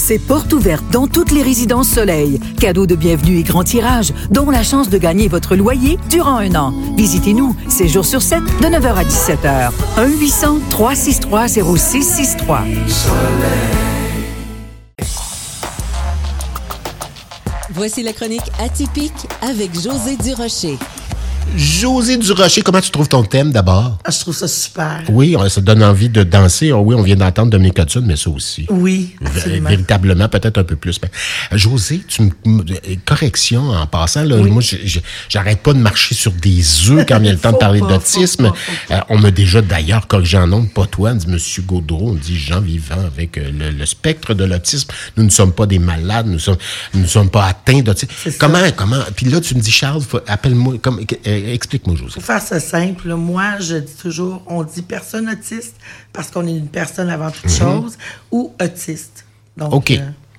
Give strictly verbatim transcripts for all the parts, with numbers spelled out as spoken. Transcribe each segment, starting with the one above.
c'est porte ouverte dans toutes les résidences Soleil. Cadeaux de bienvenue et grand tirage, dont la chance de gagner votre loyer durant un an. Visitez-nous, sept jours sur sept, de neuf heures à dix-sept heures. un huit cents, trois six trois, zéro six six trois. Voici la chronique atypique avec Josée Durocher. Josée Durocher, comment tu trouves ton thème d'abord? Ah, je trouve ça super. Oui, ça donne envie de danser. Oh oui, on vient d'entendre Dominique Hudson, mais ça aussi. Oui, absolument. V- véritablement, peut-être un peu plus. Mais, Josée, tu me... correction en passant, là, Oui. moi, je, je, j'arrête pas de marcher sur des œufs quand vient le temps de parler pas, d'autisme. faut pas, faut pas. Euh, on m'a déjà d'ailleurs corrigé en nombre, pas toi, on dit Monsieur Gaudreau, on dit Jean Vivant avec euh, le, le spectre de l'autisme. Nous ne sommes pas des malades, nous sommes, nous ne sommes pas atteints d'autisme. C'est ça. Comment, comment? Puis là, tu me dis, Charles, faut, appelle-moi, comme, euh, explique-moi, Josée. Pour faire ça simple, là, moi, je dis toujours, on dit personne autiste parce qu'on est une personne avant toute chose, ou autiste. Donc, OK. euh,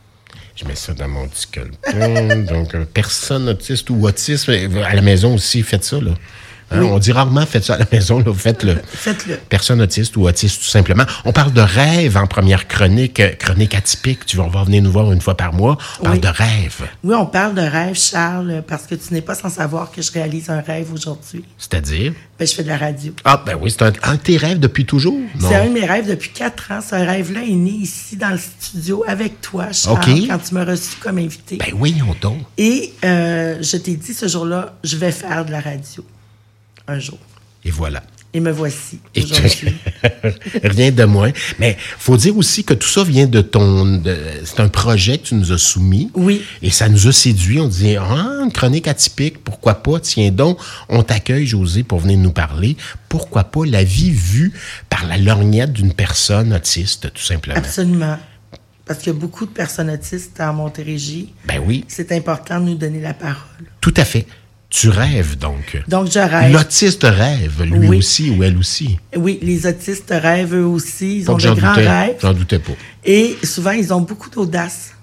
Je mets ça dans mon petit colleton. Donc, euh, personne autiste ou autisme. À la maison aussi, faites ça, là. Hein, Oui. On dit rarement faites ça à la maison, là. Faites-le. Faites-le. Personne autiste ou autiste, tout simplement. On parle de rêve en première chronique, euh, chronique atypique. Tu vas, on va venir nous voir une fois par mois. On parle Oui. de rêve. Oui, on parle de rêve, Charles, parce que tu n'es pas sans savoir que je réalise un rêve aujourd'hui. C'est-à-dire? Ben, je fais de la radio. Ah, ben oui, c'est un, un de tes rêves depuis toujours. Non. C'est un de mes rêves depuis quatre ans. Ce rêve-là est né ici dans le studio avec toi, Charles, OK. quand tu m'as reçu comme invité. Ben oui, on tombe. Et euh, je t'ai dit ce jour-là, je vais faire de la radio un jour. Et voilà. Et me voici Et aujourd'hui. Rien de moins. Mais faut dire aussi que tout ça vient de ton... de- c'est un projet que tu nous as soumis. Oui. Et ça nous a séduit. On disait, ah, une chronique atypique, pourquoi pas? Tiens donc, on t'accueille, Josée, pour venir nous parler. Pourquoi pas la vie vue par la lorgnette d'une personne autiste, tout simplement. Absolument. Parce qu'il y a beaucoup de personnes autistes en Montérégie. Ben oui, C'est important de nous donner la parole. tout à fait. Tu rêves, donc. Donc, je rêve. L'autiste rêve, lui Oui. aussi ou elle aussi. Oui, les autistes rêvent eux aussi. Ils Pas ont que de j'en grands doutais, rêves. J'en doutais pas. Et souvent, ils ont beaucoup d'audace.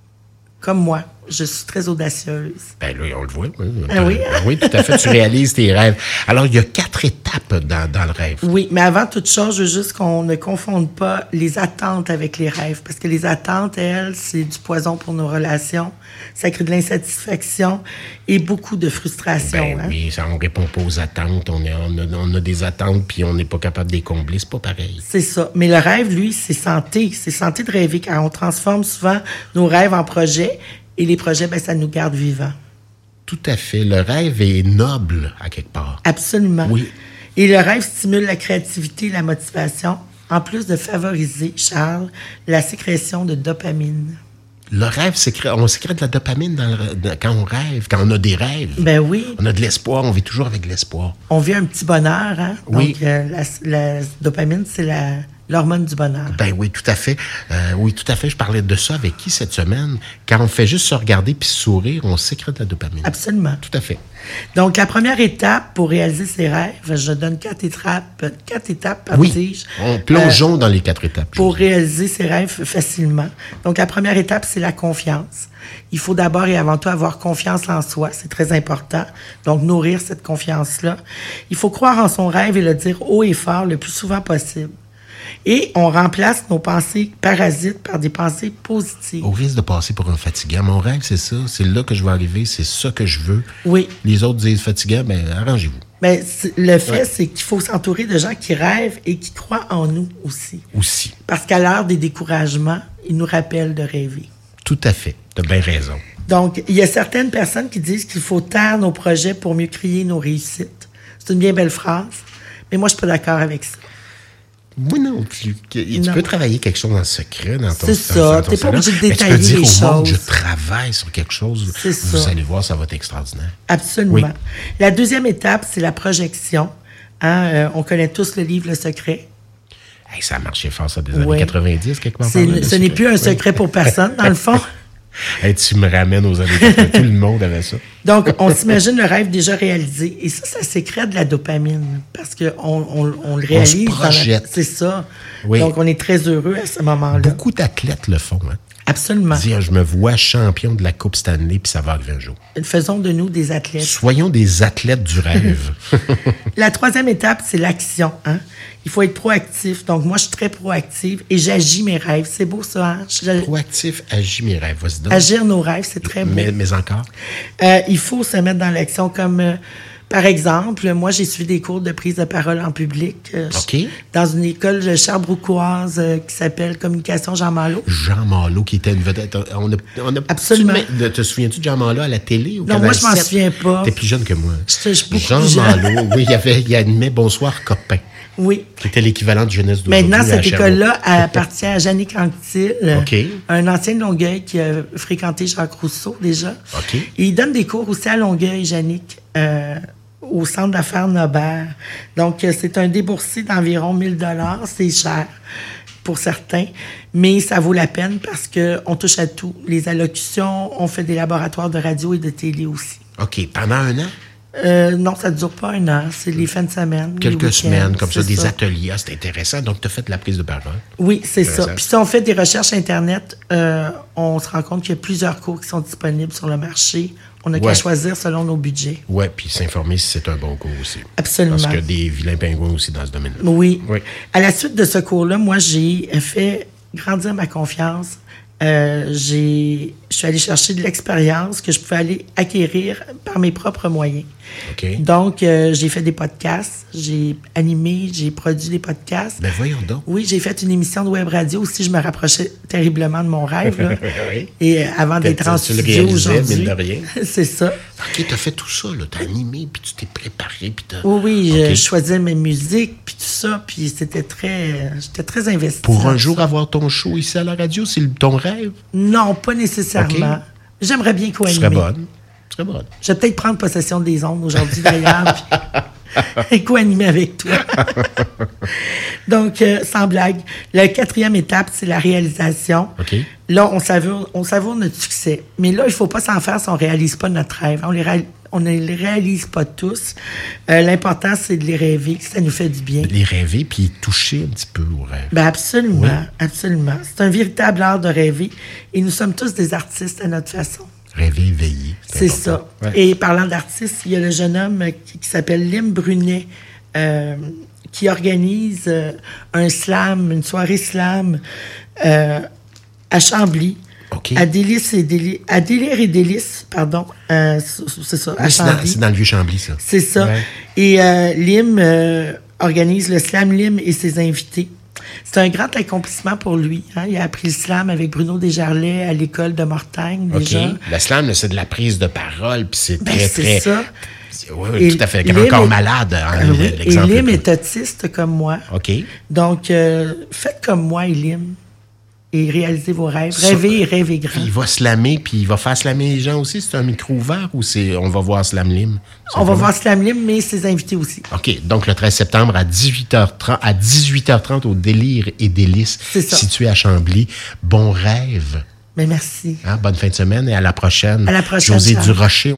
Comme moi. Je suis très audacieuse. Ben là, on le voit. Oui, Ah oui? Ben oui, tout à fait. Tu réalises tes rêves. Alors, il y a quatre étapes dans, dans le rêve. Oui, mais avant toute chose, je veux juste qu'on ne confonde pas les attentes avec les rêves. Parce que les attentes, elles, c'est du poison pour nos relations. Ça crée de l'insatisfaction et beaucoup de frustration. Ben hein. oui, ça, on répond pas aux attentes. On, est, on, a, on a des attentes, puis on n'est pas capable de les combler. C'est pas pareil. C'est ça. Mais le rêve, lui, c'est santé. C'est santé de rêver, car on transforme souvent nos rêves en projets. Et les projets, ben, ça nous garde vivants. Tout à fait. Le rêve est noble, à quelque part. Absolument. Oui. Et le rêve stimule la créativité et la motivation, en plus de favoriser, Charles, la sécrétion de dopamine. Le rêve, sécrète, on sécrète de la dopamine dans le- dans- quand on rêve, quand on a des rêves. Ben oui. On a de l'espoir, on vit toujours avec de l'espoir. On vit un petit bonheur, hein? Oui. Donc, euh, la, la dopamine, c'est la, l'hormone du bonheur. Ben oui, tout à fait. Euh, oui, tout à fait. Je parlais de ça avec qui cette semaine? Quand on fait juste se regarder puis sourire, on sécrète de la dopamine. Absolument. Tout à fait. Donc, la première étape pour réaliser ses rêves, je donne quatre étapes, quatre étapes, Oui. dis-je, On plongeons dans les quatre étapes. pour Josée. réaliser ses rêves facilement. Donc, la première étape, c'est la confiance. Il faut d'abord et avant tout avoir confiance en soi. C'est très important. Donc, nourrir cette confiance-là. Il faut croire en son rêve et le dire haut et fort le plus souvent possible. Et on remplace nos pensées parasites par des pensées positives. Au risque de passer pour un fatigant. Mon rêve, c'est ça. C'est là que je vais arriver. C'est ça que je veux. Oui. Les autres disent fatigant, ben arrangez-vous. Mais c'est- le fait, Ouais. c'est qu'il faut s'entourer de gens qui rêvent et qui croient en nous aussi. Aussi. Parce qu'à l'heure des découragements, ils nous rappellent de rêver. Tout à fait. T'as bien raison. Donc, il y a certaines personnes qui disent qu'il faut taire nos projets pour mieux crier nos réussites. C'est une bien belle phrase, mais moi, je suis pas d'accord avec ça. Oui, non. Tu, tu Non. peux travailler quelque chose en secret dans ton C'est ça, dans ton t'es pas salon, obligé de mais détailler tu peux dire les au monde, choses. je travaille sur quelque chose. C'est Vous ça. allez voir, ça va être extraordinaire. Absolument. Oui. La deuxième étape, c'est la projection. Hein, euh, on connaît tous le livre Le Secret. Hey, ça a marché fort, ça, des Oui. années quatre-vingt-dix, quelque part. C'est- par là, le ce n'est secret. plus un Oui. secret pour personne, dans le fond. Hey, tu me ramènes aux années quatre-vingt. Tout le monde avait ça. Donc, on s'imagine le rêve déjà réalisé. Et ça, ça sécrète de la dopamine. Parce qu'on on, on le réalise. dans la- projette. C'est ça. Oui. Donc, on est très heureux à ce moment-là. Beaucoup d'athlètes le font. Hein? Absolument. Dire, je me vois champion de la Coupe Stanley, puis ça va arriver un jour. Faisons de nous des athlètes. Soyons des athlètes du rêve. La troisième étape, c'est l'action. Hein? Il faut être proactif. Donc, moi, je suis très proactive et j'agis mes rêves. C'est beau, ça. Hein? Je... Proactif, agis mes rêves. Vas-y donc. Agir nos rêves, c'est très beau. Mais, mais encore? Euh, il faut se mettre dans l'action comme... Euh, Par exemple, moi, j'ai suivi des cours de prise de parole en public euh, OK. dans une école de Sherbrookeoise euh, qui s'appelle Communication Jean Malo. Jean Malo, qui était une vedette. On a, on a, Absolument. Tu, te souviens-tu de Jean Malo à la télé? Ou Non, moi, je m'en souviens pas. T'es plus jeune que moi. Je suis beaucoup Jean plus jeune. Malo, oui, il y avait, il animait Bonsoir Copain. Oui. Qui était l'équivalent de Jeunesse d'aujourd'hui. Maintenant, cette à Sherbrooke. école-là appartient à Jannick Anctil, OK. un ancien de Longueuil qui a fréquenté Jacques Rousseau déjà. OK. Et il donne des cours aussi à Longueuil, Jannick, euh, au centre d'affaires Nobert. Donc, euh, c'est un déboursé d'environ mille dollars. C'est cher pour certains, mais ça vaut la peine parce qu'on touche à tout. Les allocutions, on fait des laboratoires de radio et de télé aussi. OK. Pendant un an? Euh, non, ça ne dure pas un an. C'est les fins de semaine. les Quelques week-ends, semaines, comme ça, c'est des ateliers. Ah, c'est intéressant. Donc, tu as fait de la prise de parole. Oui, c'est Intéressant. ça. Puis si on fait des recherches Internet, euh, on se rend compte qu'il y a plusieurs cours qui sont disponibles sur le marché. On n'a qu'à Ouais. choisir selon nos budgets. Oui, puis s'informer si c'est un bon cours aussi. Absolument. Parce qu'il y a des vilains pingouins aussi dans ce domaine-là. Oui. Oui. À la suite de ce cours-là, moi, j'ai fait grandir ma confiance. Euh, j'ai, je suis allée chercher de l'expérience que je pouvais aller acquérir par mes propres moyens. OK. Donc, euh, j'ai fait des podcasts, j'ai animé, j'ai produit des podcasts. Ben voyons donc. Oui, j'ai fait une émission de web radio aussi. Je me rapprochais terriblement de mon rêve. Là. Oui. Et euh, avant Puis d'être tu- en tu le studio réalisais, aujourd'hui. mine de rien. C'est ça. OK, t'as fait tout ça, là. T'as animé, puis tu t'es préparé, puis t'as... Oui, oui, OK. je choisissais mes musiques, puis tout ça. Puis c'était très... J'étais très investie. Pour dans un jour ça. avoir ton show ici à la radio, c'est le- ton rêve? Non, pas nécessairement. OK. J'aimerais bien Tu co-animer. serais bonne. Tu serais bonne. Je vais peut-être prendre possession des ondes aujourd'hui, d'ailleurs, puis et co-animer avec toi. Donc, euh, sans blague, la quatrième étape, c'est la réalisation. OK. Là, on savoure, on savoure notre succès. Mais là, il ne faut pas s'en faire si on ne réalise pas notre rêve. On les réal- on ne les réalise pas tous. Euh, l'important, c'est de les rêver, que ça nous fait du bien. Les rêver, puis toucher un petit peu au rêve. Ben absolument, Oui. absolument. C'est un véritable art de rêver. Et nous sommes tous des artistes à notre façon. Rêver éveillé. C'est ça. important. Ouais. Et parlant d'artistes, il y a le jeune homme qui, qui s'appelle Lim Brunet, euh, qui organise euh, un slam, une soirée slam euh, à Chambly. OK. À Délice et Délice, à Délire et Délice, pardon. Euh, c'est c'est ça, à Oui, c'est, dans, Chambly. c'est dans le vieux Chambly, ça. C'est ça. Ouais. Et euh, Lim euh, organise le slam Lim et ses invités. C'est un grand accomplissement pour lui. Hein. Il a appris le slam avec Bruno Desjarlais à l'école de Mortagne, OK. déjà. Le slam, là, c'est de la prise de parole, puis c'est Ben, très, c'est très... ça. Oui, Et tout à fait. Lim Encore est- malade, hein, Ah oui. Et l'exemple. Lim est autiste comme moi. OK. Donc, euh, faites comme moi et Lim et réalisez vos rêves. Ça- Rêvez et rêvez grand. Puis il va slammer, puis il va faire slammer les gens aussi. C'est un micro ouvert ou c'est on va voir Slam Lim? On va Simplement? voir Slam Lim, mais ses invités aussi. OK. Donc, le treize septembre à dix-huit heures trente, à dix-huit heures trente au Délire et Délices, C'est ça. situé à Chambly. Bon rêve. Mais merci. Hein? Bonne fin de semaine et à la prochaine. À la prochaine, José Charles. Durocher.